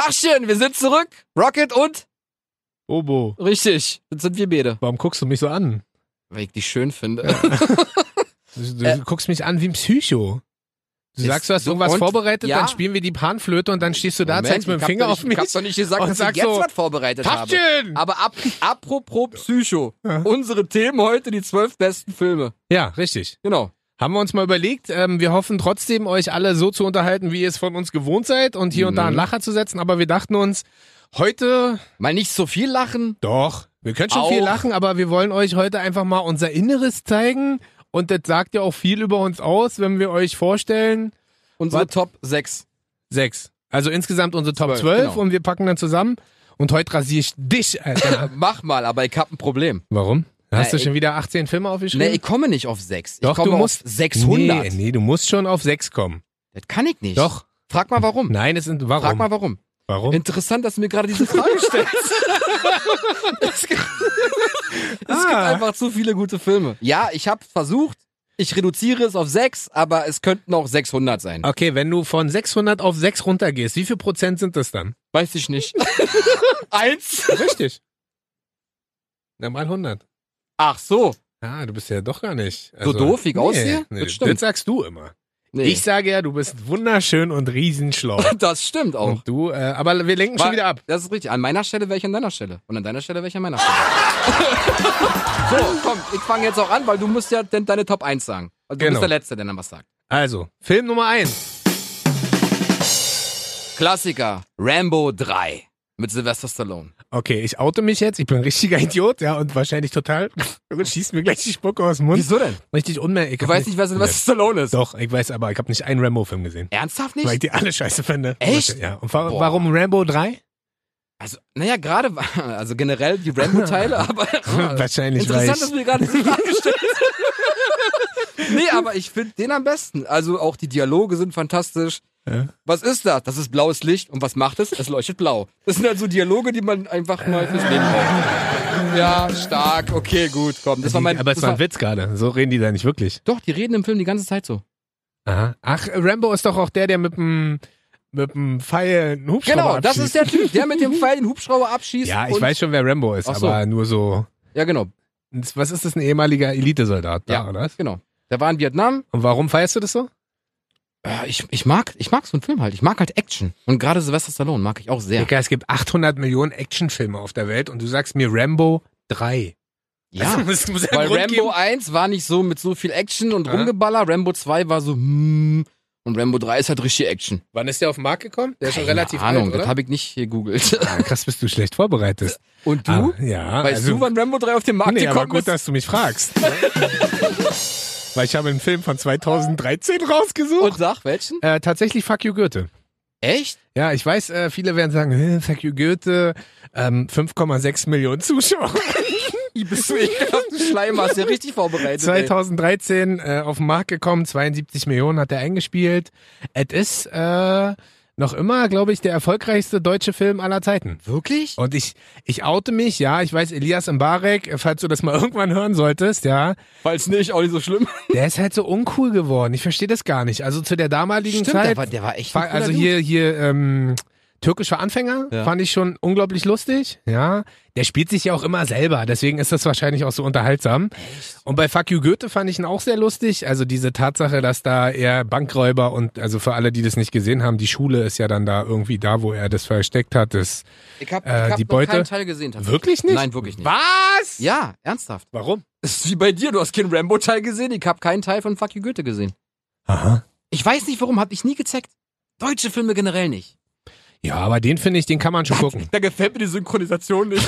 Tachchen, wir sind zurück. Rocket und? Obo. Richtig, das sind wir beide. Warum guckst du mich so an? Weil ich dich schön finde. Du guckst mich an wie ein Psycho. Du sagst, du hast irgendwas vorbereitet, dann spielen wir die Panflöte und dann stehst du da, zeigst mit dem Finger auf mich. Ich hab doch nicht gesagt, dass ich jetzt was vorbereitet habe. Aber apropos Psycho. Unsere Themen heute, die 12 besten Filme. Ja, richtig. Genau. Haben wir uns mal überlegt. Wir hoffen trotzdem, euch alle so zu unterhalten, wie ihr es von uns gewohnt seid und hier und da einen Lacher zu setzen. Aber wir dachten uns, heute... Mal nicht so viel lachen. Doch, wir können schon viel lachen, aber wir wollen euch heute einfach mal unser Inneres zeigen. Und das sagt ja auch viel über uns aus, wenn wir euch vorstellen. Unsere Top 6. 6. Also insgesamt unsere Top 12 genau. Und wir packen dann zusammen. Und heute rasiere ich dich, Alter. Mach mal, aber ich hab ein Problem. Warum? Hast du schon wieder 18 Filme aufgeschrieben? Nee, ich komme nicht auf 6. Doch, ich komme du musst auf 600. Nee, du musst schon auf 6 kommen. Das kann ich nicht. Doch. Frag mal warum. Nein, warum? Frag mal warum. Warum? Interessant, dass du mir gerade diese Frage stellst. Es gibt einfach zu viele gute Filme. Ja, ich habe versucht, ich reduziere es auf 6, aber es könnten auch 600 sein. Okay, wenn du von 600 auf 6 runtergehst, wie viel Prozent sind das dann? Weiß ich nicht. 1. Richtig. Na, mal 100. Ach so. Ja, du bist ja doch gar nicht. Also, so doof, wie ich aussehe? Nee, das sagst du immer. Nee. Ich sage ja, du bist wunderschön und riesenschlau. Das stimmt auch. Und du, aber wir lenken schon wieder ab. Das ist richtig. An meiner Stelle wäre ich an deiner Stelle. Und an deiner Stelle wäre ich an meiner Stelle. So, komm, ich fange jetzt auch an, weil du musst ja deine Top 1 sagen. Also du bist der Letzte, der dann was sagt. Also, Film Nummer 1. Klassiker, Rambo 3 mit Sylvester Stallone. Okay, ich oute mich jetzt. Ich bin ein richtiger Idiot, ja, und wahrscheinlich total. Schießt mir gleich die Spucke aus dem Mund. Wieso denn? Richtig unmerklich. Du weißt nicht, wer Sylvester Stallone ist. Doch, ich weiß, aber ich habe nicht einen Rambo-Film gesehen. Ernsthaft nicht? Weil ich die alle scheiße finde. Echt? Ja. Und warum Rambo 3? Also, naja, gerade, also generell die Rambo-Teile, aber wahrscheinlich interessant, dass du mir gerade diese Frage stellst. Nee, aber ich finde den am besten. Also auch die Dialoge sind fantastisch. Ja. Was ist das? Das ist blaues Licht. Und was macht es? Es leuchtet blau. Das sind halt so Dialoge, die man einfach mal fürs Leben braucht. Ja, stark. Okay, gut, komm. Das war mein. Aber es war ein Witz gerade. So reden die da nicht wirklich. Doch, die reden im Film die ganze Zeit so. Aha. Ach, Rambo ist doch auch der mit dem Pfeil einen Hubschrauber abschießt. Genau, das ist der Typ, der mit dem Pfeil den Hubschrauber abschießt. Ja, ich weiß schon, wer Rambo ist, aber nur so. Ja, genau. Was ist das, ein ehemaliger Elitesoldat da, oder? Genau. Der war in Vietnam. Und warum feierst du das so? Ich mag so einen Film halt. Ich mag halt Action. Und gerade Sylvester Stallone mag ich auch sehr. Digga, es gibt 800 Millionen Actionfilme auf der Welt und du sagst mir Rambo 3. Ja, also, weil Rambo 1 war nicht so mit so viel Action und Rumgeballer. Rambo 2 war so und Rambo 3 ist halt richtig Action. Wann ist der auf den Markt gekommen? Der ist schon relativ Ahnung, alt, oder? Das habe ich nicht gegoogelt. Ja, krass, bist du schlecht vorbereitet. Und du? Ja. Weißt du, wann Rambo 3 auf den Markt gekommen ist? Aber gut, dass du mich fragst. Weil ich habe einen Film von 2013 rausgesucht. Und sag, welchen? Tatsächlich Fuck You Goethe. Echt? Ja, ich weiß, viele werden sagen, Fuck You Goethe, 5,6 Millionen Zuschauer. Wie bist du ekelhaft, du Schleimer, hast ja richtig vorbereitet. 2013 auf den Markt gekommen, 72 Millionen hat er eingespielt. Es ist noch immer, glaube ich, der erfolgreichste deutsche Film aller Zeiten. Wirklich? Und ich oute mich, ja, ich weiß, Elias Mbarek, falls du das mal irgendwann hören solltest, ja. Falls nicht, auch nicht so schlimm. Der ist halt so uncool geworden, ich verstehe das gar nicht. Also zu der damaligen Zeit. Der war echt ein also hier Türkisch für Anfänger, fand ich schon unglaublich lustig, ja. Der spielt sich ja auch immer selber, deswegen ist das wahrscheinlich auch so unterhaltsam. Echt? Und bei Fuck You Goethe fand ich ihn auch sehr lustig, also diese Tatsache, dass da er Bankräuber und, also für alle, die das nicht gesehen haben, die Schule ist ja dann da irgendwie da, wo er das versteckt hat, das, ich hab die Beute. Keinen Teil gesehen. Wirklich nicht? Nein, wirklich nicht. Was? Ja, ernsthaft. Warum? Das ist wie bei dir, du hast keinen Rambo-Teil gesehen, ich habe keinen Teil von Fuck You Goethe gesehen. Aha. Ich weiß nicht warum, hab ich nie gezeckt. Deutsche Filme generell nicht. Ja, aber den finde ich, den kann man schon gucken. Da gefällt mir die Synchronisation nicht.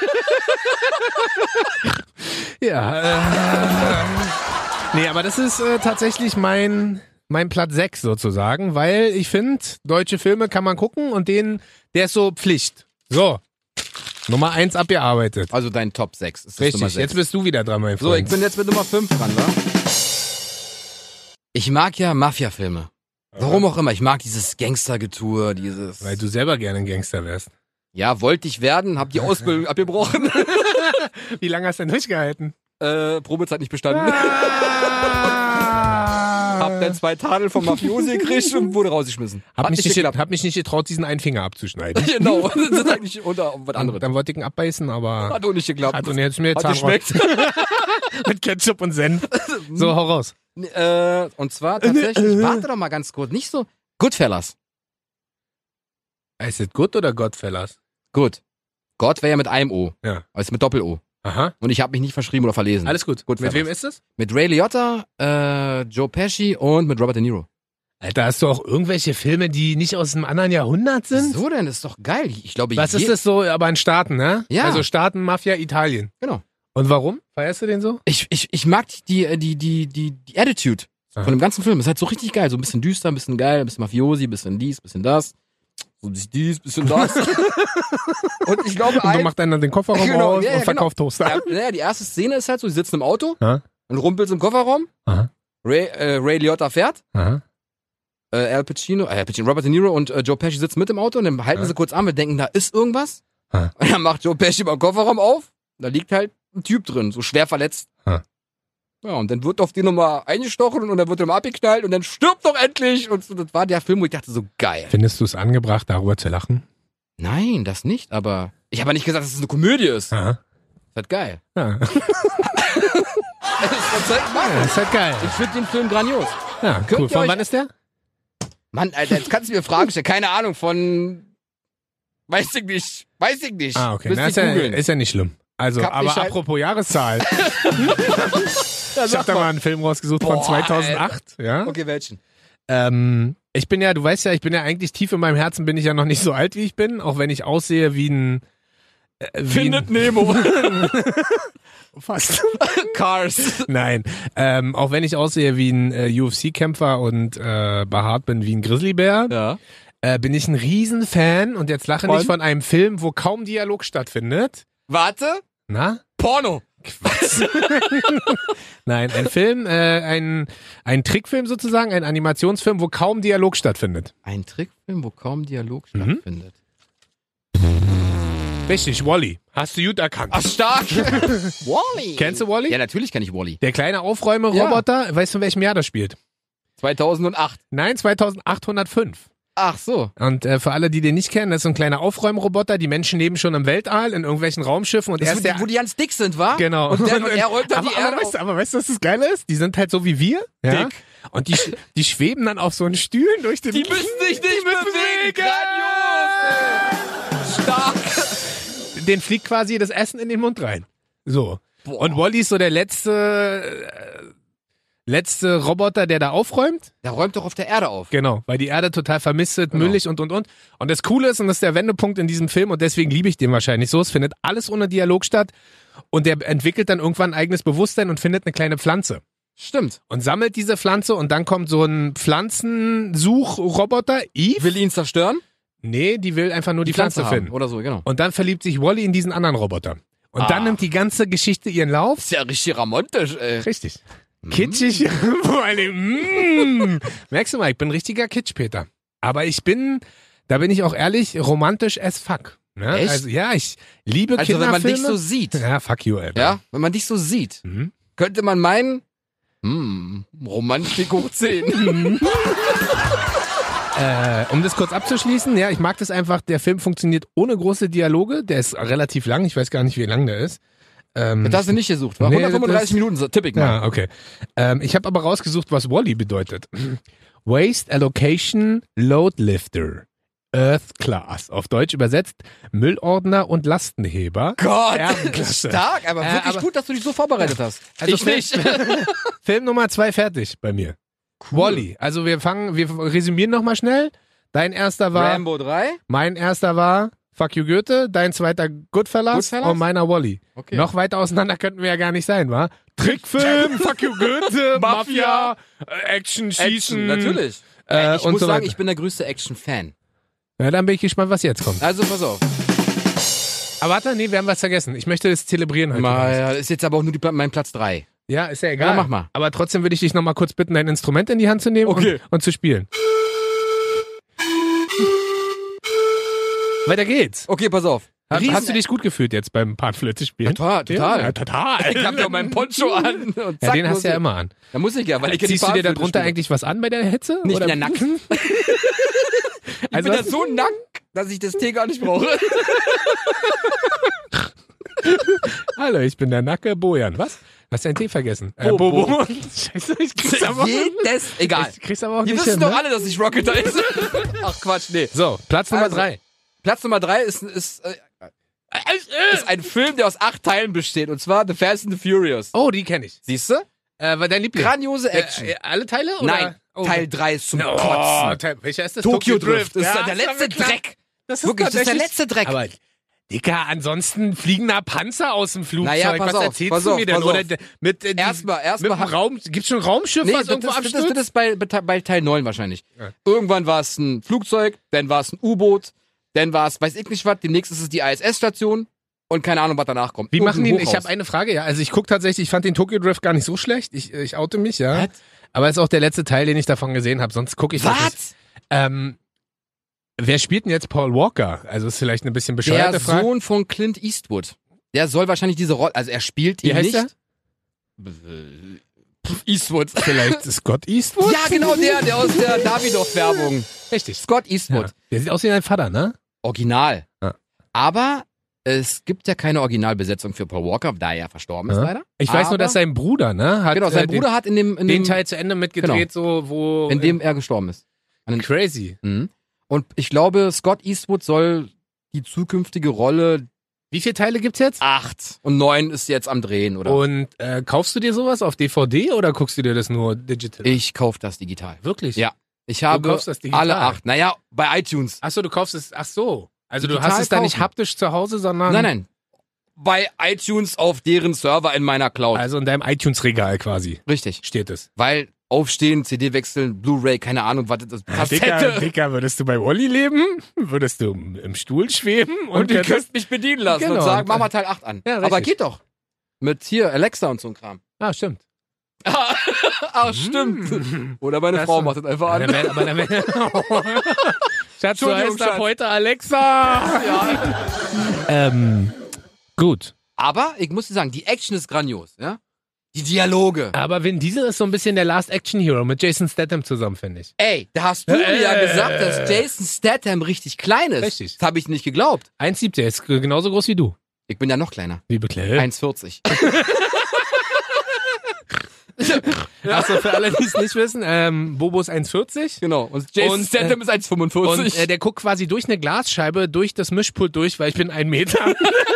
Ja, nee, aber das ist tatsächlich mein Platz 6 sozusagen, weil ich finde, deutsche Filme kann man gucken und der ist so Pflicht. So, Nummer 1 abgearbeitet. Also dein Top 6 ist das Richtig, Nummer 6. Jetzt bist du wieder dran, mein Freund. So, ich bin jetzt mit Nummer 5 dran, wa? Ich mag ja Mafia-Filme. Warum auch immer, ich mag dieses Gangstergetue, dieses... Weil du selber gerne ein Gangster wärst. Ja, wollte ich werden, hab die Ausbildung abgebrochen. Wie lange hast du denn durchgehalten? Probezeit nicht bestanden. Hab dann 2 Tadel vom Mafiosi gekriegt und wurde rausgeschmissen. Hab mich nicht getraut, diesen einen Finger abzuschneiden. Genau, das ist eigentlich unter was anderes. Dann wollte ich ihn abbeißen, aber Hat auch nicht geklappt. hat und jetzt mir Hat Zahnrad geschmeckt. mit Ketchup und Senf. So, hau raus. Und zwar tatsächlich, warte doch mal ganz kurz, nicht so, Goodfellas. Ist es gut oder Godfellas? Gut. Gott wäre ja mit einem O. Ja. Also mit Doppel-O. Aha. Und ich habe mich nicht verschrieben oder verlesen. Alles gut. Goodfellas. Mit wem ist es? Mit Ray Liotta, Joe Pesci und mit Robert De Niro. Alter, hast du auch irgendwelche Filme, die nicht aus einem anderen Jahrhundert sind? So denn, das ist doch geil. Ich glaube, Was ist das so, aber in Staaten, ne? Ja. Also Staaten, Mafia, Italien. Genau. Und warum? Feierst du den so? Ich mag die Attitude Aha. von dem ganzen Film. Ist halt so richtig geil. So ein bisschen düster, ein bisschen geil, ein bisschen Mafiosi, ein bisschen dies, ein bisschen das. So ein bisschen dies, ein bisschen das. Und ich glaube, Und du machst dann den Kofferraum Genau, raus ja, und ja, verkauft Toaster. Naja, die erste Szene ist halt so, sie sitzen im Auto Ja. und rumpeln im Kofferraum. Aha. Ray Liotta fährt. Aha. Robert De Niro und Joe Pesci sitzen mit im Auto und dann halten sie kurz an, wir denken, da ist irgendwas. Ah. Und dann macht Joe Pesci beim Kofferraum auf, da liegt halt ein Typ drin, so schwer verletzt. Ah. Ja, und dann wird auf die Nummer eingestochen und dann wird er mal abgeknallt und dann stirbt doch endlich. Und so, das war der Film, wo ich dachte, so geil. Findest du es angebracht, darüber zu lachen? Nein, das nicht, aber ich habe ja nicht gesagt, dass es eine Komödie ist. Das Aha. ist halt geil. Ja. Was soll ich machen? Das ist halt geil. Ich finde den Film grandios. Ja, Könnt cool. ihr Von euch- wann ist der? Mann, Alter, jetzt kannst du mir Fragen stellen. Keine Ahnung, von... Weiß ich nicht. Ah, okay. Müsst Na, ihr googeln. ist ja nicht schlimm. Also, Kann aber mich halt- apropos Jahreszahl. Ich habe da mal einen Film rausgesucht von Boah, 2008. Ja? Okay, welchen? Ich bin ja, du weißt ja, ich bin ja eigentlich tief in meinem Herzen bin ich ja noch nicht so alt, wie ich bin, auch wenn ich aussehe wie ein Nemo. Fast. Cars. Nein, auch wenn ich aussehe wie ein UFC-Kämpfer und behaart bin wie ein Grizzlybär, Ja. bin ich ein Riesenfan und jetzt lache nicht von einem Film, wo kaum Dialog stattfindet. Warte. Na? Porno. Quatsch. Nein, ein Film, ein Trickfilm sozusagen, ein Animationsfilm, wo kaum Dialog stattfindet. Ein Trickfilm, wo kaum Dialog stattfindet. Richtig, Wall-E. Hast du gut erkannt. Ach, stark. Wall-E. Kennst du Wall-E? Ja, natürlich kenne ich Wall-E. Der kleine Aufräumer-Roboter, weißt du, in welchem Jahr das spielt? 2008. Nein, 2805. Ach so. Und für alle, die den nicht kennen, das ist so ein kleiner Aufräumroboter. Die Menschen leben schon im Weltall, in irgendwelchen Raumschiffen. Und Das er ist, ist der... wo die ganz dick sind, wa? Genau. Und er räumt dann die Erde auf. aber weißt du, was das Geile ist? Die sind halt so wie wir. Ja? Dick. Und die schweben dann auf so einen Stühlen durch den... Die müssen sich nicht bewegen. Grandios. Stark. Den fliegt quasi das Essen in den Mund rein. So. Boah. Und Wall-E ist so der letzte Roboter, der da aufräumt. Der räumt doch auf der Erde auf. Genau, weil die Erde total vermistet, Genau. müllig und. Und das Coole ist, und das ist der Wendepunkt in diesem Film, und deswegen liebe ich den wahrscheinlich so, es findet alles ohne Dialog statt und der entwickelt dann irgendwann ein eigenes Bewusstsein und findet eine kleine Pflanze. Stimmt. Und sammelt diese Pflanze und dann kommt so ein Pflanzensuchroboter, Eve. Will ihn zerstören? Nee, die will einfach nur die Pflanze haben. finden. Oder so, genau. Und dann verliebt sich Wall-E in diesen anderen Roboter. Und dann nimmt die ganze Geschichte ihren Lauf. Ist ja richtig romantisch, ey. Richtig. Kitschig, vor allem, merkst du mal, ich bin ein richtiger Kitsch-Peter. Aber da bin ich auch ehrlich, romantisch as fuck. Ne? Echt? Also, ja, ich liebe Also wenn man Kinderfilme. dich so sieht, Ja, fuck you, Alter. ja, wenn man dich so sieht, Mhm. könnte man meinen, Romantik hoch 10. Um das kurz abzuschließen, ja, ich mag das einfach, der Film funktioniert ohne große Dialoge, der ist relativ lang, ich weiß gar nicht, wie lang der ist. Das hast du nicht gesucht, wa? Nee, 135 das- Minuten, so tipp ich mal. Ja, okay. Ich habe aber rausgesucht, was Wall-E bedeutet. Waste Allocation Load Lifter. Earth Class. Auf Deutsch übersetzt Müllordner und Lastenheber. Gott, Erdenklasse. stark, aber wirklich aber- gut, dass du dich so vorbereitet hast. Also ich nicht. Film Nummer 2 fertig bei mir. Wall-E. Also wir resümieren nochmal schnell. Dein erster war, Rambo 3. mein erster war Fuck You Goethe, dein zweiter Goodfellas, Goodfellas? und meiner Wall-E. Okay. Noch weiter auseinander könnten wir ja gar nicht sein, wa? Trickfilm, Fuck You Goethe, Mafia, Action, Schießen. Action, natürlich. Ich und muss so sagen, weiter. ich bin der größte Action-Fan. Ja, dann bin ich gespannt, was jetzt kommt. Also pass auf. Aber warte, nee, wir haben was vergessen. Ich möchte das zelebrieren heute. Ja, ist jetzt aber auch nur mein Platz 3. Ja, ist ja egal. Ja, mach mal. Aber trotzdem würde ich dich nochmal kurz bitten, dein Instrument in die Hand zu nehmen Okay. und zu spielen. Weiter geht's. Okay, pass auf. Hast du dich gut gefühlt jetzt beim Panflöte spielen? Total. Ja, total. Ich hab ja meinen Poncho an. Und zack, Ja, den hast du ja immer an. Da muss ich ja, weil ich ja die Ziehst du dir Panflöte darunter spiele. eigentlich was an bei der Hitze? Nicht oder? in der Nacken. Ich Also bin ja so nackt, dass ich das Tee gar nicht brauche. Hallo, ich bin der Nacke Bojan. Was? Hast du deinen Tee vergessen? Bobo. Scheiße, ich krieg's aber auch Egal. Ich krieg's aber auch Die nicht wissen hin, doch ne? alle, dass ich Rocketer ist. Ach Quatsch, nee. So, Platz Nummer Also, 3. Platz Nummer 3 ist ein Film, der aus 8 Teilen besteht. Und zwar The Fast and the Furious. Oh, die kenne ich. Siehst du? War dein Liebling? Grandiose Action. Alle Teile? Oder? Nein, Oh. Teil 3 ist zum Oh, Kotzen. welcher ist das? Tokyo Drift. Das ist Ja, der ist letzte aber klar. Dreck. Das ist Wirklich, das ist der tatsächlich- letzte Dreck. Aber, Dicker, ansonsten fliegender Panzer aus dem Flugzeug. Naja, pass Was auf, erzählst pass du auf, mir denn? pass Oder auf. mit, Erstmal mit dem Raum, gibt's schon ein Raumschiff, Nee, was das irgendwo abstürzt? ist bei Teil 9 wahrscheinlich. Ja. Irgendwann war es ein Flugzeug, dann war es ein U-Boot, dann war es, weiß ich nicht was, demnächst ist es die ISS-Station und keine Ahnung, was danach kommt. Wie machen die? Irgendein Ich Hochhaus. habe eine Frage, ja. Also ich gucke tatsächlich, ich fand den Tokyo Drift gar nicht so schlecht. Ich oute mich, ja. Was? Aber ist auch der letzte Teil, den ich davon gesehen habe. Sonst gucke ich das nicht. Was? Wer spielt denn jetzt Paul Walker? Also ist vielleicht eine bisschen bescheuerte Der Frage. Sohn von Clint Eastwood. Der soll wahrscheinlich diese Rolle, also er spielt Wie ihn heißt nicht. der? Eastwood. Vielleicht Scott Eastwood? Ja, genau, der aus der Davidoff-Werbung. Richtig. Scott Eastwood. Ja. Der sieht aus wie dein Vater, ne? Original. Ja. Aber es gibt ja keine Originalbesetzung für Paul Walker, da er ja verstorben ist Ja. leider. Ich weiß nur, dass sein Bruder, ne? Hat, Genau, sein Bruder hat in dem den Teil zu Ende mitgedreht, so wo. in dem er gestorben ist. Crazy. Mhm. Und ich glaube, Scott Eastwood soll die zukünftige Rolle Wie viele Teile gibt's jetzt? 8 und 9 ist jetzt am Drehen, oder? Und kaufst du dir sowas auf DVD oder guckst du dir das nur digital? Ich kaufe das digital. Wirklich? Ja. Ich habe kaufst das digital? alle 8. Naja, bei iTunes. Achso, du kaufst es. Ach so. Also du Digital hast es da nicht kaufen. haptisch zu Hause, sondern. Nein. Bei iTunes auf deren Server in meiner Cloud. Also in deinem iTunes-Regal quasi Richtig. steht es. Weil aufstehen, CD wechseln, Blu-ray, keine Ahnung, was das ist. Kassette. Dicker, würdest du bei Olli leben? Würdest du im Stuhl schweben? Und ihr könntest- könnt mich bedienen lassen Genau. und sagen, mach mal Teil 8 an. Ja, richtig. Aber geht doch. Mit hier Alexa und so ein Kram. Ah, stimmt. Ah, stimmt. Oder meine Das- Frau macht das einfach an. Schatz, du Entschuldigung, heißt ab Schatz. heute Alexa. Gut. Aber ich muss dir sagen, die Action ist grandios, ja? Die Dialoge. Aber Vin Diesel ist so ein bisschen der Last Action Hero mit Jason Statham zusammen, finde ich. Ey, da hast du mir ja gesagt, dass Jason Statham richtig klein ist. Richtig. Das habe ich nicht geglaubt. 1,7, der ist genauso groß wie du. Ich bin ja noch kleiner. Wie beklärt. 1,40. Achso, für alle, die es nicht wissen, Bobo ist 1,40. Genau. Und Jason Und, Statham ist 1,45. Und der guckt quasi durch eine Glasscheibe, durch das Mischpult durch, weil ich bin 1 Meter.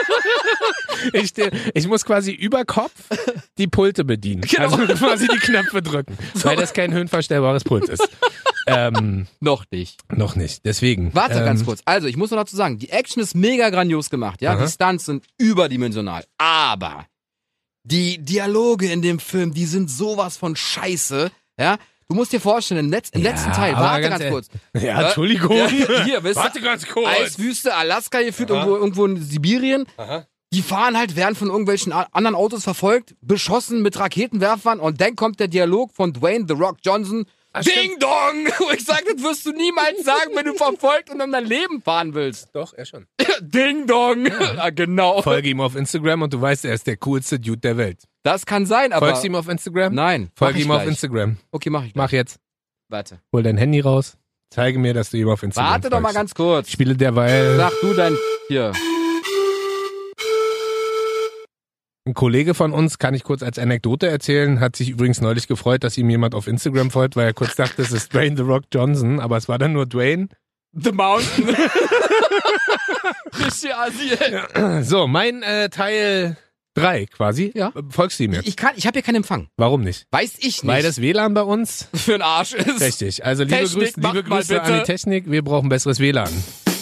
Ich muss quasi über Kopf die Pulte bedienen. Genau. Also quasi die Knöpfe drücken. Weil das kein höhenverstellbares Pult ist. Noch nicht. Noch nicht. Deswegen. Warte ganz kurz. Also, ich muss noch dazu sagen, die Action ist mega grandios gemacht, ja? Aha. Die Stunts sind überdimensional. Aber die Dialoge in dem Film, die sind sowas von scheiße, ja? Du musst dir vorstellen, im letzten Teil, aber warte ganz ganz kurz. Ja, Entschuldigung. Ja, hier, weißt du, Warte ganz kurz. Eiswüste, Alaska geführt, Aha. irgendwo in Sibirien. Aha. Die fahren halt, werden von irgendwelchen anderen Autos verfolgt, beschossen mit Raketenwerfern und dann kommt der Dialog von Dwayne The Rock Johnson. Ach, Ding Dong! Und ich sag, das wirst du niemals sagen, wenn du verfolgt und um dein Leben fahren willst. Doch, er schon. Ding Dong! Ja, genau. Folge ihm auf Instagram und du weißt, er ist der coolste Dude der Welt. Das kann sein, aber... Folgst du ihm auf Instagram? Nein. Folge mach ich ihm auf gleich. Instagram. Okay, mach ich. Mach jetzt. Warte. Hol dein Handy raus. Zeige mir, dass du ihm auf Instagram Warte doch mal folgst. ganz kurz. Ich spiele derweil. Sag du dein... Hier. Ein Kollege von uns, kann ich kurz als Anekdote erzählen, hat sich übrigens neulich gefreut, dass ihm jemand auf Instagram folgt, weil er kurz dachte, es ist Dwayne The Rock Johnson, aber es war dann nur Dwayne. The Mountain. Richtig Asi. So, mein Teil 3 quasi. Ja. Folgst du ihm jetzt? Ich habe hier keinen Empfang. Warum nicht? Weiß ich nicht. Weil das WLAN bei uns... für ein Arsch ist. Richtig. Also liebe Technik, Grüße, macht liebe mal Grüße an bitte. die Technik. Wir brauchen besseres WLAN.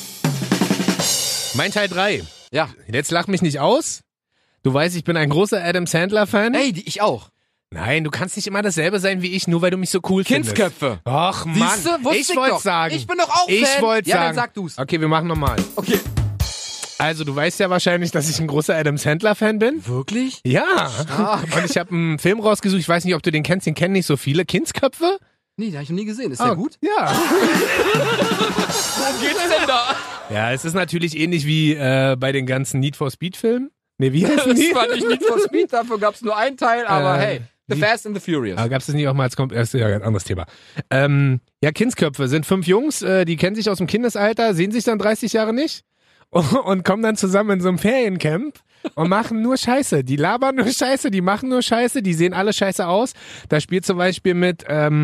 Mein Teil 3. Ja. Jetzt lach mich nicht aus. Du weißt, ich bin ein großer Adam Sandler-Fan. Ey, ich auch. Nein, du kannst nicht immer dasselbe sein wie ich, nur weil du mich so cool findest. Kindsköpfe. Ach Mann, Siehste, wusste ich wollte doch. sagen. Ich bin doch auch Ich Fan. wollte Ja, sagen. dann sag du's. Okay, wir machen nochmal. Okay. Also, du weißt ja wahrscheinlich, dass ich ein großer Adam Sandler-Fan bin. Wirklich? Ja. Stark. Und ich habe einen Film rausgesucht, ich weiß nicht, ob du den kennst, den kennen nicht so viele. Kindsköpfe? Nee, den hab ich noch nie gesehen. Ist der gut? Ja. Worum geht's denn da? Ja, es ist natürlich ähnlich wie bei den ganzen Need for Speed Filmen. Nee, wie heißen die? Das war nicht Need for Speed, dafür gab es nur einen Teil, aber hey, The Fast and the Furious. Aber gab es das nicht auch mal als das ist ja ein anderes Thema. Ja, Kindsköpfe sind 5 Jungs, die kennen sich aus dem Kindesalter, sehen sich dann 30 Jahre nicht und kommen dann zusammen in so einem Feriencamp und machen nur Scheiße. Die labern nur Scheiße, die machen nur Scheiße, die sehen alle scheiße aus. Da spielt zum Beispiel mit,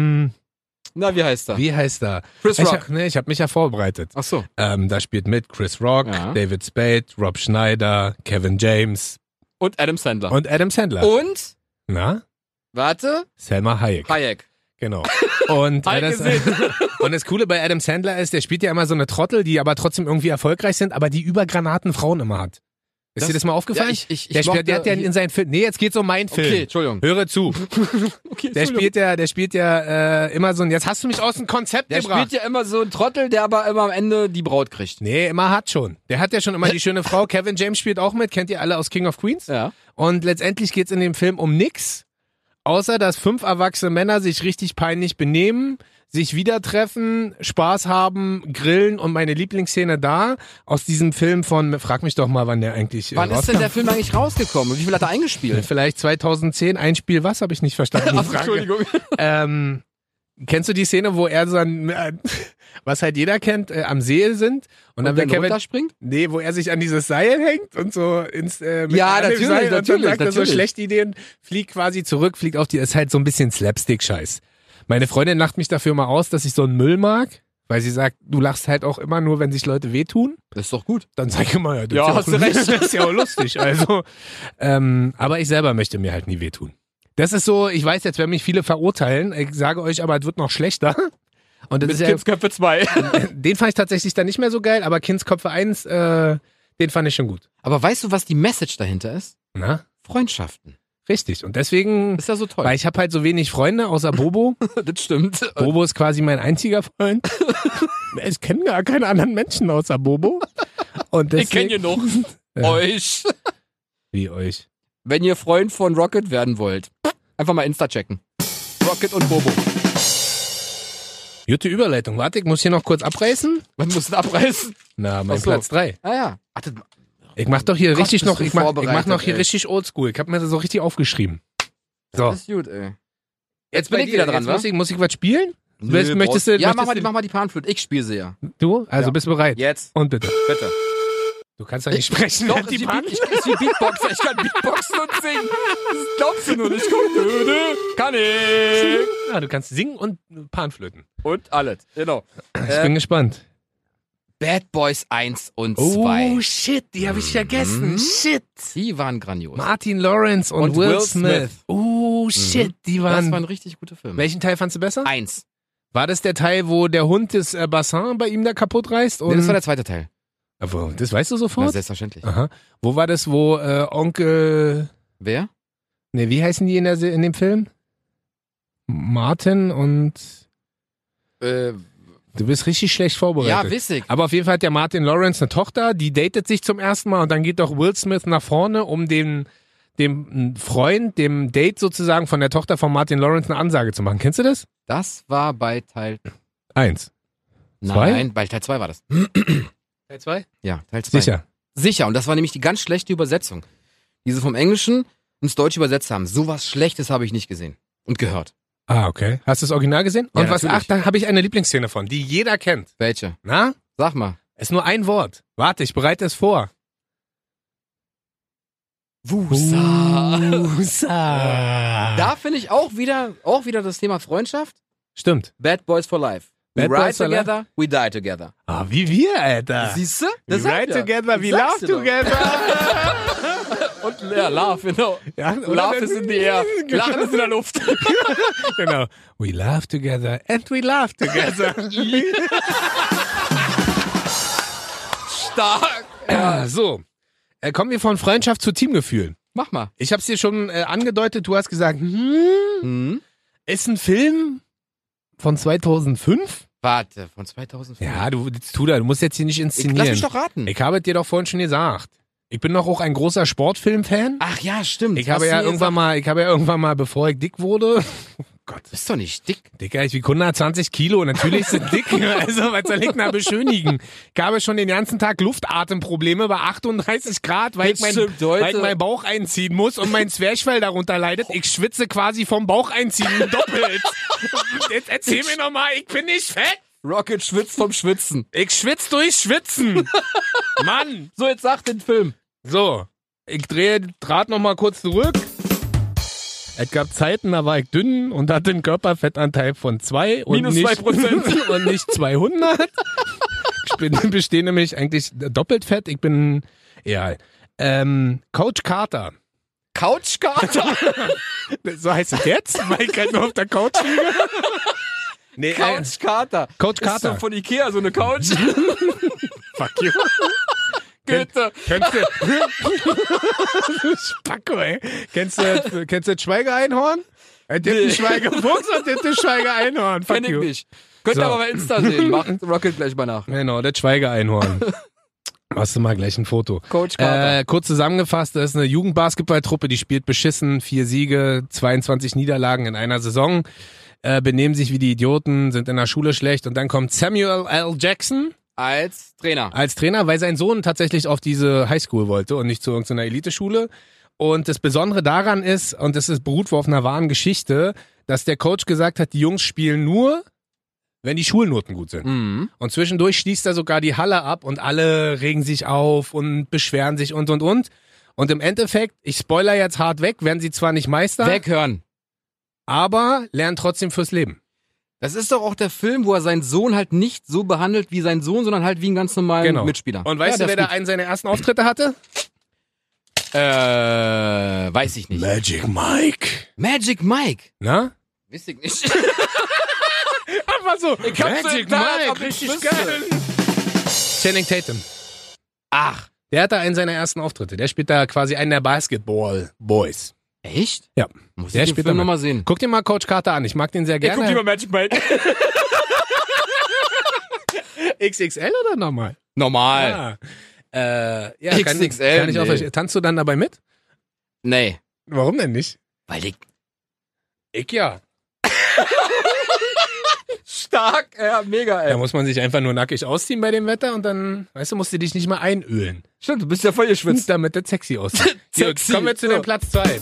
Na, wie heißt er? wie heißt er? Chris Rock. Ich habe mich ja vorbereitet. Ach so. Da spielt mit Chris Rock, Ja. David Spade, Rob Schneider, Kevin James Und Adam Sandler. und Adam Sandler. Und, Na? warte, Selma Hayek. Hayek. Genau. Und, Hayek gesehen. und das Coole bei Adam Sandler ist, der spielt ja immer so eine Trottel, die aber trotzdem irgendwie erfolgreich sind, aber die über Granaten Frauen immer hat. Ist dir das mal aufgefallen? Ja, ich der mochte- hat ja in seinen Film. Nee, jetzt geht's um meinen Film. Okay, Entschuldigung. Höre zu. Okay, Der spielt ja immer so ein. Jetzt hast du mich aus dem Konzept Der gebracht. spielt ja immer so einen Trottel, der aber immer am Ende die Braut kriegt. Nee, immer hat schon. Der hat ja schon immer die schöne Frau. Kevin James spielt auch mit, kennt ihr alle aus King of Queens? Ja. Und letztendlich geht's in dem Film um nix, außer dass 5 erwachsene Männer sich richtig peinlich benehmen, sich wieder treffen, Spaß haben, grillen und meine Lieblingsszene da aus diesem Film von, frag mich doch mal, wann der eigentlich Wann ist denn rauskam. der Film eigentlich rausgekommen? Und wie viel hat er eingespielt? Vielleicht 2010, ein Spiel, was habe ich nicht verstanden? die Ach, Frage. Entschuldigung. Kennst du die Szene, wo er so ein, was halt jeder kennt, am See sind und dann will Kevin, runterspringt? nee, wo er sich an dieses Seil hängt und so ins mit Ja, an dem natürlich, Seil und dann natürlich, sagt er so natürlich. schlechte Ideen, fliegt quasi zurück, fliegt auf die, ist halt so ein bisschen Slapstick-Scheiß. Meine Freundin lacht mich dafür mal aus, dass ich so einen Müll mag, weil sie sagt, du lachst halt auch immer nur, wenn sich Leute wehtun. Das ist doch gut. Dann sag ich immer, ja, das Ja, ist hast auch, du recht. das ist ja auch lustig. Also, aber ich selber möchte mir halt nie wehtun. Das ist so, ich weiß, jetzt werden mich viele verurteilen, ich sage euch aber, es wird noch schlechter. Und das Mit ist ja, Kindsköpfe 2. den fand ich tatsächlich dann nicht mehr so geil, aber Kindsköpfe 1, den fand ich schon gut. Aber weißt du, was die Message dahinter ist? Na? Freundschaften. Richtig. Und deswegen, Ist ja so toll. weil ich habe halt so wenig Freunde, außer Bobo. Das stimmt. Bobo ist quasi mein einziger Freund. Ich kenne gar keine anderen Menschen außer Bobo. Und Ich kenne deswegen, genug. Ja. Euch. wie euch. Wenn ihr Freund von Rocket werden wollt, einfach mal Insta checken. Rocket und Bobo. Gute Überleitung. Warte, ich muss hier noch kurz abreißen. Was musst du abreißen? Na, mein Ach so. Platz 3. Ah ja. Ach, Ich mach doch hier Gott, richtig bist noch, du ich mach vorbereitet, noch hier ey. richtig oldschool. Ich habe mir das so richtig aufgeschrieben. So, das ist gut, ey. jetzt bin bei ich dir. wieder dran, Jetzt wa? muss ich was spielen? Möchtest brauchst- du- Ja, möchtest mach mal die Panflöte. Ich spiele sie ja. Du? Also Ja. bist du bereit? Jetzt. Und bitte. Bitte. Du kannst ja nicht sprechen. Doch, während die Pan- ich ist wie Beatboxer. Ich kann Beatboxen und singen. Das glaubst du nur nicht. Guck, kann ich. Ja, du kannst singen und Panflöten. Und alles. Genau. Ich bin gespannt. Bad Boys 1 und 2. Oh shit, die habe ich vergessen. Shit. Die waren grandios. Martin Lawrence und Will Smith. Oh shit, die Das waren. waren richtig gute Filme. Welchen Teil fandst du besser? 1. War das der Teil, wo der Hund das Bassin bei ihm da kaputt reißt? Und Nee, das war der zweite Teil. aber das weißt du Na, sofort? selbstverständlich. Aha. Wo war das, wo Onkel. Wer? Ne, wie heißen die in dem Film? Martin und. Du bist richtig schlecht vorbereitet. Ja, wissig. Aber auf jeden Fall hat der Martin Lawrence eine Tochter, die datet sich zum ersten Mal und dann geht doch Will Smith nach vorne, um dem Freund, dem Date sozusagen von der Tochter von Martin Lawrence eine Ansage zu machen. Kennst du das? Das war bei Teil 1. Zwei? Nein, bei Teil 2 war das. Teil 2? Ja, Teil 2. Sicher. Sicher. Und das war nämlich die ganz schlechte Übersetzung. Die sie vom Englischen ins Deutsche übersetzt haben. Sowas Schlechtes habe ich nicht gesehen. Und gehört. Ah, okay. Hast du das Original gesehen? Ja, Und was? natürlich. Ach, da habe ich eine Lieblingsszene von, die jeder kennt. Welche? Na? Sag mal. Ist nur ein Wort. Warte, ich bereite es vor. Wusa. Da finde ich auch wieder das Thema Freundschaft. Stimmt. Bad Boys for Life. We Bad ride Boys for together, we die together. Ah, wie wir, Alter. Siehst du? We ride together, we love together. Und ja, love, genau. Ja, Love is in the air. Lachen ist in der Luft. Genau. We laugh together and we laugh together. Stark. Ja, so. Kommen wir von Freundschaft zu Teamgefühl. Mach mal. Ich hab's dir schon angedeutet, du hast gesagt, Hm? ist ein Film von 2005? Warte, von 2005. Ja, du musst jetzt hier nicht Lass inszenieren. mich doch raten. Ich habe dir doch vorhin schon gesagt. Ich bin doch auch ein großer Sportfilm-Fan. Ach ja, stimmt. Ich habe ja irgendwann mal, bevor ich dick wurde, Gott. Bist doch nicht dick. Dicker, ich wiege 120 Kilo. Natürlich sind dick. Also, was soll ich denn da beschönigen? Ich habe schon den ganzen Tag Luftatemprobleme bei 38 Grad, weil ich meinen Bauch einziehen muss und mein Zwerchfell darunter leidet. Ich schwitze quasi vom Bauch einziehen doppelt. Jetzt erzähl mir nochmal, ich bin nicht fett. Rocket schwitzt vom Schwitzen. Ich schwitze durch Schwitzen. Mann. So, jetzt sag den Film. So, ich drehe den Draht nochmal kurz zurück. Es gab Zeiten, da war ich dünn und hatte einen Körperfettanteil von 2 und Minus nicht 2%. und nicht 200. Ich bestehe nämlich eigentlich doppelt fett. Ich bin, Coach Carter. Couch Carter? So heißt es jetzt, weil ich gerade nur auf der Couch liege. Nee, Couch Carter. Coach Ist Carter. so von Ikea, so eine Couch. Fuck you. Goethe. Kennst du... Spacko, ey. Kennst du das Schweiger-Einhorn? Der Schweiger-Fuchs und der Schweiger-Einhorn. Fuck Kenn ich you. nicht. Könnt ihr So. aber bei Insta sehen. Macht Rocket gleich mal nach. Genau, das Schweiger-Einhorn. Machst du mal gleich ein Foto. Coach Carter. Kurz zusammengefasst, das ist eine Jugendbasketballtruppe, die spielt beschissen, 4 Siege, 22 Niederlagen in einer Saison, benehmen sich wie die Idioten, sind in der Schule schlecht und dann kommt Samuel L. Jackson Als Trainer. weil sein Sohn tatsächlich auf diese Highschool wollte und nicht zu irgendeiner Eliteschule. Und das Besondere daran ist, und das beruht auf einer wahren Geschichte, dass der Coach gesagt hat, die Jungs spielen nur, wenn die Schulnoten gut sind. Mhm. Und zwischendurch schließt er sogar die Halle ab und alle regen sich auf und beschweren sich und. Und im Endeffekt, ich spoiler jetzt hart weg, werden sie zwar nicht Meister, Weghören. aber lernen trotzdem fürs Leben. Das ist doch auch der Film, wo er seinen Sohn halt nicht so behandelt wie sein Sohn, sondern halt wie einen ganz normalen Mitspieler. Und weißt du, wer da einen seiner ersten Auftritte hatte? Weiß ich nicht. Magic Mike. Magic Mike. Na? Weiß ich nicht. Einfach so. Ich hab's Magic so Mike, ob ich richtig wüsste. geil. Channing Tatum. Ach, Der hatte einen seiner ersten Auftritte. Der spielt da quasi einen der Basketball-Boys. echt? Ja. Muss Der ich den spielt Film da nochmal sehen. Guck dir mal Coach Carter an. Ich mag den sehr gerne. Magic Mike. XXL oder normal? Normal. Ja, XXL, kann ich auch verstehen. Tanzt du dann dabei mit? Nee. Warum denn nicht? Weil ich... Ich ja. Stark, ja, mega, ey. Da muss man sich einfach nur nackig ausziehen bei dem Wetter und dann, weißt du, musst du dich nicht mal einölen. Stimmt, du bist ja voll geschwitzt. Damit das sexy aussieht. Sexy. Kommen wir zu dem Platz 2.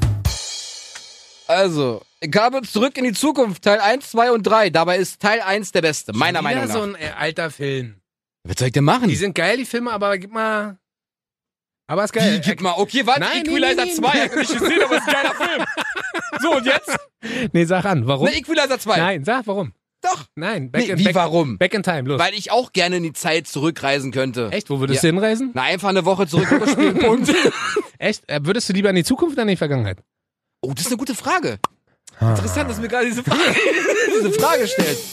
Also, ich habe Zurück in die Zukunft, Teil 1, 2 und 3. Dabei ist Teil 1 der beste, meiner Meinung nach. so ein alter Film. Was soll ich denn machen? Die sind geil, die Filme, aber gib mal... Aber ist geil. Gib mal, okay, warte, Nein, Equalizer nee. 2, hab ich nicht gesehen, aber ist ein geiler Film. So, und jetzt? Nee, sag an, warum? Ne, Equalizer 2. Nein, sag warum. Doch. Nein, Warum? Back in Time, los. Weil ich auch gerne in die Zeit zurückreisen könnte. Echt, wo würdest du hinreisen? Na, einfach eine Woche zurück runterspielen, Punkt. Echt? Würdest du lieber in die Zukunft oder in die Vergangenheit? Oh, das ist eine gute Frage. Interessant, dass du mir gerade diese Frage stellst.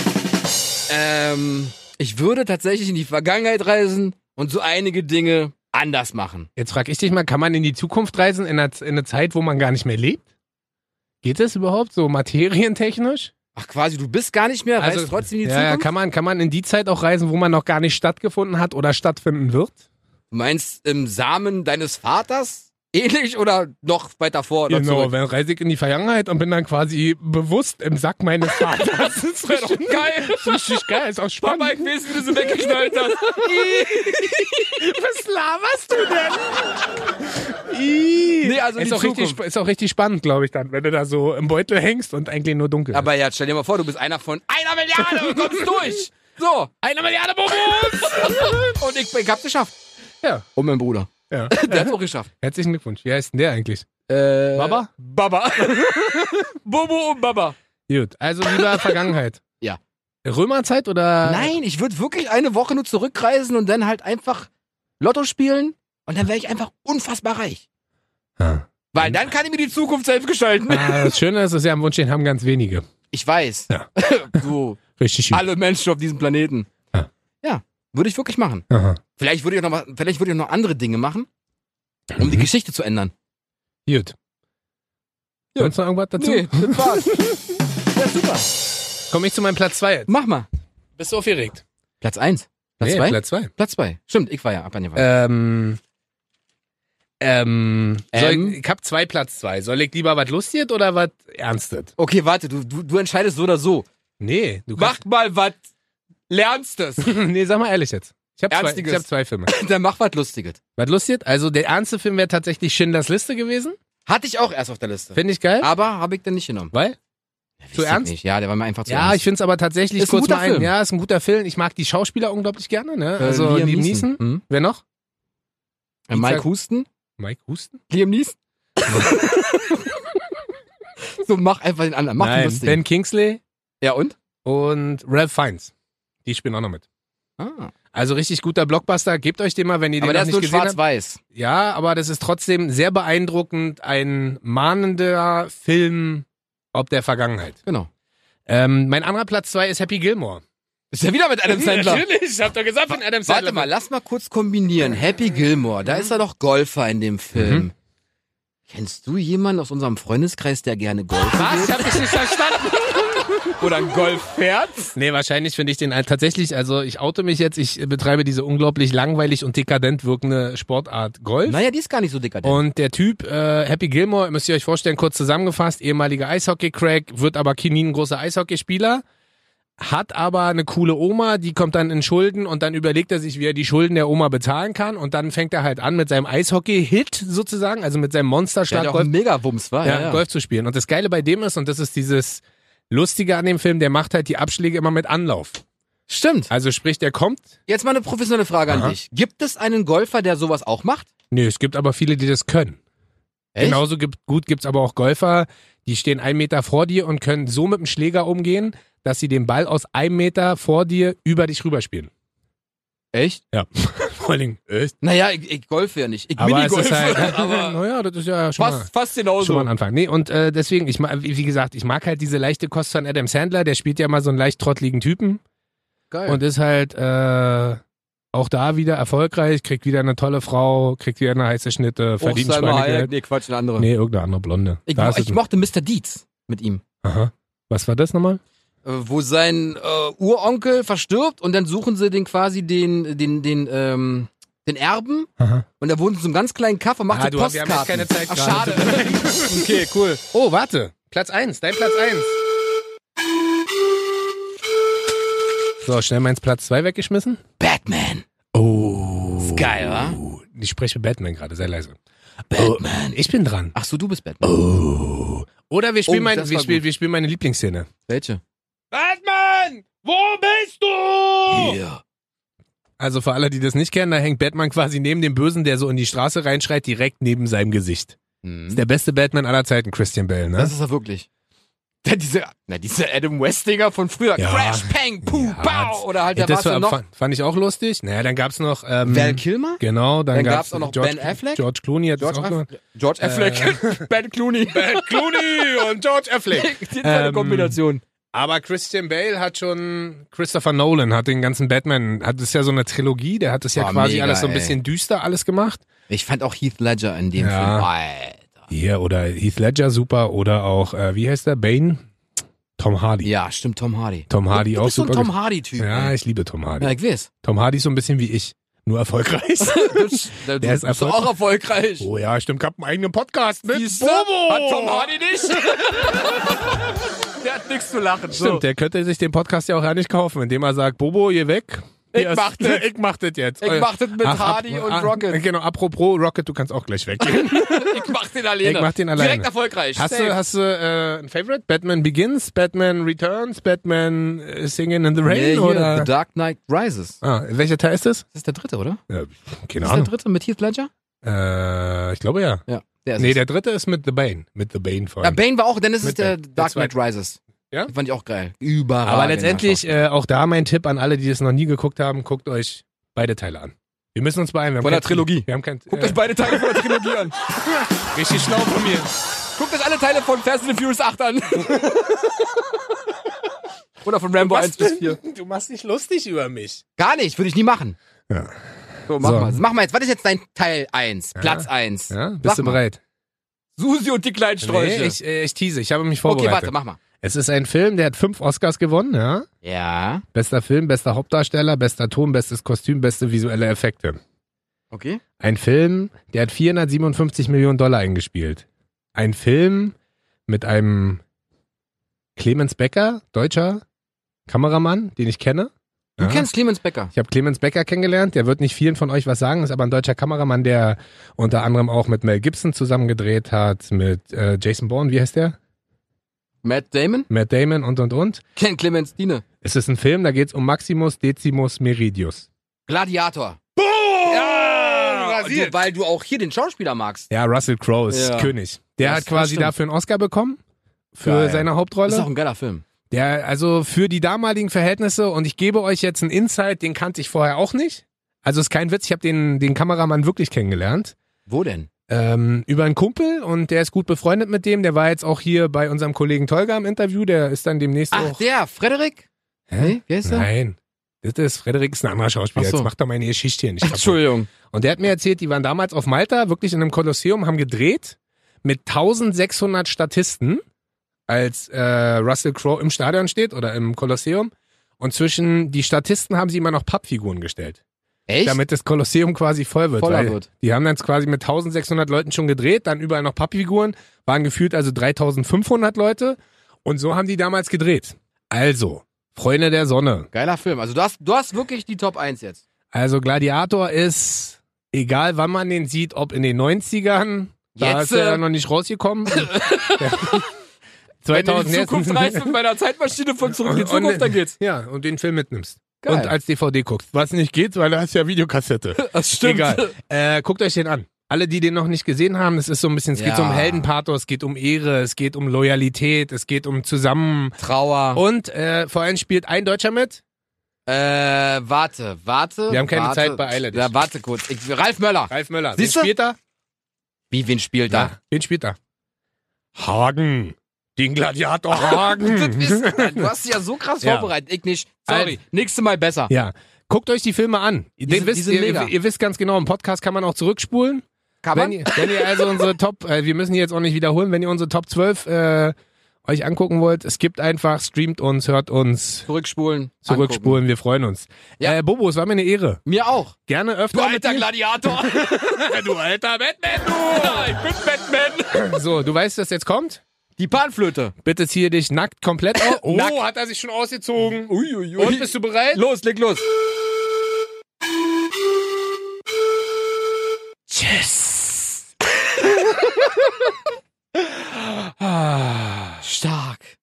Ich würde tatsächlich in die Vergangenheit reisen und so einige Dinge anders machen. Jetzt frage ich dich mal, kann man in die Zukunft reisen in eine Zeit, wo man gar nicht mehr lebt? Geht das überhaupt so materientechnisch? Ach, quasi, du bist gar nicht mehr, reist trotzdem in die Zukunft? Ja, kann man in die Zeit auch reisen, wo man noch gar nicht stattgefunden hat oder stattfinden wird? Du meinst im Samen deines Vaters? Ähnlich oder noch weiter vor oder Genau, zurück? wenn reise ich in die Vergangenheit und bin dann quasi bewusst im Sack meines Vaters. Das ist Das ist doch geil. Das ist richtig geil, ist auch spannend. Papa, ich weiß, wie du sie weggeknallt hast. Was laberst du denn? Nee, also in die ist auch richtig spannend, glaube ich, dann, wenn du da so im Beutel hängst und eigentlich nur dunkel ist. Aber ja, stell dir mal vor, du bist einer von 1 Milliarde und kommst durch. So, 1 Milliarde Bobos! und ich hab's geschafft. Ja. Und mein Bruder. Ja. Der hat's auch geschafft. Herzlichen Glückwunsch. Wie heißt denn der eigentlich? Baba? Baba. Bobo und Baba. Gut, also lieber Vergangenheit. Ja. Römerzeit oder? Nein, ich würde wirklich eine Woche nur zurückreisen und dann halt einfach Lotto spielen und dann wäre ich einfach unfassbar reich. Ja. Weil dann kann ich mir die Zukunft selbst gestalten. Das Schöne ist, dass ja am Wunsch, den haben ganz wenige. Ich weiß. Ja. So, Richtig gut. alle Menschen auf diesem Planeten. Ja, würde ich wirklich machen. Aha. Vielleicht würde ich noch andere Dinge machen, um die Geschichte zu ändern. Gut. Sonst noch irgendwas dazu? Nee, das war's. Ja, super. Komme ich zu meinem Platz 2 jetzt. Mach mal. Bist du aufgeregt? Platz 1. Platz 2? Platz 2. Platz 2. Stimmt, ich war ja ab an Ich hab Platz 2. Soll ich lieber was Lustiges oder was Ernstes? Okay, warte, du entscheidest so oder so. Nee, du Mach mal was Lernstes. Nee, sag mal ehrlich jetzt. Ich hab Ernstiges. zwei Filme. Dann mach was Lustiges. Was Lustiges? Also der ernste Film wäre tatsächlich Schindlers Liste gewesen. Hatte ich auch erst auf der Liste. Finde ich geil. Aber habe ich dann nicht genommen. Weil? Zu ernst? Nicht. Ja, der war mir einfach zu Ja, ernst. ich finde es aber tatsächlich Ist ein kurz guter mal ein. Film. Ja, ist ein guter Film. Ich mag die Schauspieler unglaublich gerne. Ne? Also Liam Neeson. Mhm. Wer noch? Mike Husten. Mike Husten? Liam Neeson. So, mach einfach den anderen. Mach den Nein, lustig. Ben Kingsley Ja, und? und Ralph Fiennes. Die spielen auch noch mit. Ah. Also richtig guter Blockbuster. Gebt euch den mal, wenn ihr den Aber der noch ist nicht nur gesehen habt. schwarz-weiß. Ja, aber das ist trotzdem sehr beeindruckend. Ein mahnender Film ob der Vergangenheit. Genau. Mein anderer Platz 2 ist Happy Gilmore. Ist ja wieder mit Adam Sandler. Natürlich, ich hab doch gesagt von Adam Sandler. Warte mal, lass mal kurz kombinieren. Happy Gilmore, da ist er doch Golfer in dem Film. Kennst du jemanden aus unserem Freundeskreis, der gerne golfen Was? geht? Ich hab dich nicht verstanden. Oder ein Golfpferd? Nee, wahrscheinlich finde ich den tatsächlich, also ich oute mich jetzt, ich betreibe diese unglaublich langweilig und dekadent wirkende Sportart Golf. Naja, die ist gar nicht so dekadent. Und der Typ, Happy Gilmore, müsst ihr euch vorstellen, kurz zusammengefasst, ehemaliger Eishockey-Crack, wird aber nie ein großer Eishockeyspieler, hat aber eine coole Oma, die kommt dann in Schulden und dann überlegt er sich, wie er die Schulden der Oma bezahlen kann und dann fängt er halt an mit seinem Eishockey-Hit sozusagen, also mit seinem der Monsterschlag hat ja auch ein Megawumms, war? ja, Golf zu spielen. Und das Geile bei dem ist, und das ist dieses Lustige an dem Film, der macht halt die Abschläge immer mit Anlauf. Stimmt. Also sprich, der kommt. Jetzt mal eine professionelle Frage Aha. an dich. Gibt es einen Golfer, der sowas auch macht? Nee, es gibt aber viele, die das können. Echt? Genauso gut gibt's aber auch Golfer, die stehen 1 Meter vor dir und können so mit dem Schläger umgehen, dass sie den Ball aus 1 Meter vor dir über dich rüberspielen. Echt? Ja. Vor allen Dingen, echt. Naja, ich golfe ja nicht. Ich Aber es Minigolfe. ist halt, aber naja, das ist ja schon mal. fast Schon mal genauso. ein Anfang. Nee, und deswegen, wie gesagt, ich mag halt diese leichte Kost von Adam Sandler, der spielt ja mal so einen leicht trottligen Typen Geil. und ist halt auch da wieder erfolgreich, kriegt wieder eine tolle Frau, kriegt wieder eine heiße Schnitte, verdient Hochsheimer Hayek. Schweinegeld. Nee, Quatsch, eine andere. Nee, irgendeine andere Blonde. Da ist es Ich mochte Mr. Deeds mit ihm. Aha. Was war das nochmal? Wo sein Uronkel verstirbt und dann suchen sie den quasi den Erben Aha. und da wohnt in so einem ganz kleinen Kaff und macht so wir haben jetzt Postkarten. keine Zeit Ach, gerade. schade. Okay, cool. Oh, warte. Platz 1, dein Platz 1. So, schnell meins Platz 2 weggeschmissen. Batman. Oh. Ist geil, wa? Ich spreche mit Batman gerade, sehr leise. Batman. Oh, ich bin dran. Ach so, du bist Batman. Oh. Oder wir spielen, das war gut. wir spielen meine Lieblingsszene. Welche? Batman! Wo bist du? Hier. Also für alle, die das nicht kennen, da hängt Batman quasi neben dem Bösen, der so in die Straße reinschreit, direkt neben seinem Gesicht. Ist der beste Batman aller Zeiten, Christian Bale, ne? Das ist er wirklich. Dieser Adam Westinger von früher. Ja. Crash, Pang, Puh, Ja, Pow. Oder halt, der das war noch. fand ich auch lustig. Naja, dann gab's noch Val Kilmer? genau, dann Dann gab's gab's auch noch George, Ben Affleck? George Clooney hat das auch gemacht. George Affleck. Ben Clooney. Ben Clooney und George Affleck. Die sind eine Kombination. Aber Christian Bale hat schon, Christopher Nolan hat den ganzen Batman, hat es ja so eine Trilogie, der hat es ja Boah, quasi mega, alles so ein ey. bisschen düster alles gemacht. Ich fand auch Heath Ledger in dem Ja. Film. Alter. Hier, oder Heath Ledger super, oder auch, wie heißt der, Bane? Tom Hardy. Ja, stimmt, Tom Hardy. Tom Hardy Du auch bist so ein super. Tom Hardy-Typ. Ja, ey. ich liebe Tom Hardy. Ja, ich weiß. Tom Hardy ist so ein bisschen wie ich, nur erfolgreich. Der Der ist ist doch auch erfolgreich. Oh ja, stimmt, ich hab einen eigenen Podcast mit Siehste? Bobo. Hat Tom Hardy nicht? Der hat nichts zu lachen. So. Stimmt, der könnte sich den Podcast ja auch gar nicht kaufen, indem er sagt, Bobo, geh weg. Ich mach das. Ich mach das jetzt. Ich mach das mit Hardy und Rocket. Genau, apropos Rocket, du kannst auch gleich weggehen. Ich mach den alleine. Ich mach den alleine. Direkt erfolgreich. Hast Safe. du ein Favorite? Batman Begins, Batman Returns, Batman Singing in the Rain Nee, hier, oder? The Dark Knight Rises. Welcher Teil ist das? Das ist der dritte, oder? Ja, keine Ist der Ahnung. dritte mit Heath Ledger? Ich glaube ja. Ja. Der ist Nee, es. der dritte ist mit The Bane. Mit The Bane vor Ja, allem. Bane war auch, dann ist es Mit der Bane. Der Dark Knight zweite. Rises. Ja? Die fand ich auch geil. Überragend. Aber letztendlich auch da mein Tipp an alle, die das noch nie geguckt haben, guckt euch beide Teile an. Wir müssen uns beeilen. Wir haben Von der kein- Trilogie. Wir haben kein, Guckt euch beide Teile von der Trilogie an. richtig schlau von mir. Guckt euch alle Teile von Fast and the Furious 8 an. Oder von Rambo 1 bis 4. Du machst dich lustig über mich. Gar nicht, würde ich nie machen. Ja. So, mach So. mal. Mach mal jetzt. Was ist jetzt dein Teil 1? Platz 1. Ja, bist Sag du mal. bereit? Susi und die kleinen Sträuche. Nee, ich tease. Ich habe mich okay, vorbereitet. warte, mach mal. Es ist ein Film, der hat 5 Oscars gewonnen, ja. Ja. Bester Film, bester Hauptdarsteller, bester Ton, bestes Kostüm, beste visuelle Effekte. Okay. Ein Film, der hat 457 Millionen Dollar eingespielt. Ein Film mit einem Clemens Becker, deutscher Kameramann, den ich kenne. Du kennst Clemens Becker. Ich habe Clemens Becker kennengelernt, der wird nicht vielen von euch was sagen, ist aber ein deutscher Kameramann, der unter anderem auch mit Mel Gibson zusammen gedreht hat, mit Jason Bourne, wie heißt der? Matt Damon? Matt Damon und. Kennt Clemens Diene. Es ist ein Film, da geht es um Maximus Decimus Meridius. Gladiator. Boom! Ja! Rasiert. Weil du auch hier den Schauspieler magst. Ja, Russell Crowe ist König. Der Das hat quasi stimmt. dafür einen Oscar bekommen, für Geil. seine Hauptrolle. Ist auch ein geiler Film. Der, also für die damaligen Verhältnisse, und ich gebe euch jetzt einen Insight, den kannte ich vorher auch nicht. Also ist kein Witz, ich habe den Kameramann wirklich kennengelernt. Wo denn? Über einen Kumpel, und der ist gut befreundet mit dem. Der war jetzt auch hier bei unserem Kollegen Tolga im Interview, der ist dann demnächst Ach, auch... der, Frederik? Hä? Nee, wie heißt der? Nein, das ist Frederik, ist ein anderer Schauspieler. Ach so. Jetzt macht doch meine Geschichte hier nicht kaputt. Entschuldigung. Und der hat mir erzählt, die waren damals auf Malta, wirklich in einem Kolosseum, haben gedreht mit 1600 Statisten, als Russell Crowe im Stadion steht oder im Kolosseum. Und zwischen die Statisten haben sie immer noch Pappfiguren gestellt. Echt? Damit das Kolosseum quasi voll wird. Voller weil wird. Die haben dann quasi mit 1600 Leuten schon gedreht, dann überall noch Pappfiguren, waren gefühlt also 3500 Leute. Und so haben die damals gedreht. Also, Freunde der Sonne. Geiler Film. Also du hast wirklich die Top 1 jetzt. Also Gladiator ist, egal wann man den sieht, ob in den 90ern, da Jetzt, ist er ja noch nicht rausgekommen. Wenn du in die 2000 Zukunft reist mit meiner Zeitmaschine von Zurück in die Zukunft, dann geht's. Ja, und den Film mitnimmst. Geil. Und als DVD guckst. Was nicht geht, weil da hast ja Videokassette. Das stimmt. Egal. Guckt euch den an. Alle, die den noch nicht gesehen haben, das ist so ein bisschen, es geht so um Ja. Heldenpathos, es geht um Ehre, es geht um Loyalität, es geht um Zusammen. Trauer. Und vor allem spielt ein Deutscher mit. Warte. Wir haben keine Zeit, beeile dich. Ja, warte kurz. Ralf Möller. Ralf Möller. Siehst Wen du? spielt er? Wie, wen spielt er? Wen spielt er? Hagen. Den Gladiator Hagen. Du hast dich ja so krass Ja. vorbereitet. Ich nicht. Sorry. Nächstes Mal besser. Ja. Guckt euch die Filme an. Die Ihr sind mega. ihr wisst ganz genau, im Podcast kann man auch zurückspulen. Kann man? Wenn ihr also unsere Top, wir müssen die jetzt auch nicht wiederholen, wenn ihr unsere Top 12 euch angucken wollt, es gibt einfach, streamt uns, hört uns, Zurückspulen. zurückspulen, wir freuen uns. Ja. Bobo, es war mir eine Ehre. Mir auch. Gerne öfter Du mit alter dir. Gladiator. Du alter Batman, Ja, ich bin Batman. So, du weißt, was jetzt kommt? Die Panflöte. Bitte ziehe dich nackt komplett aus. Oh, Nackt. hat er sich schon ausgezogen. Uiuiui. Und, bist du bereit? Los, leg los. Tschüss.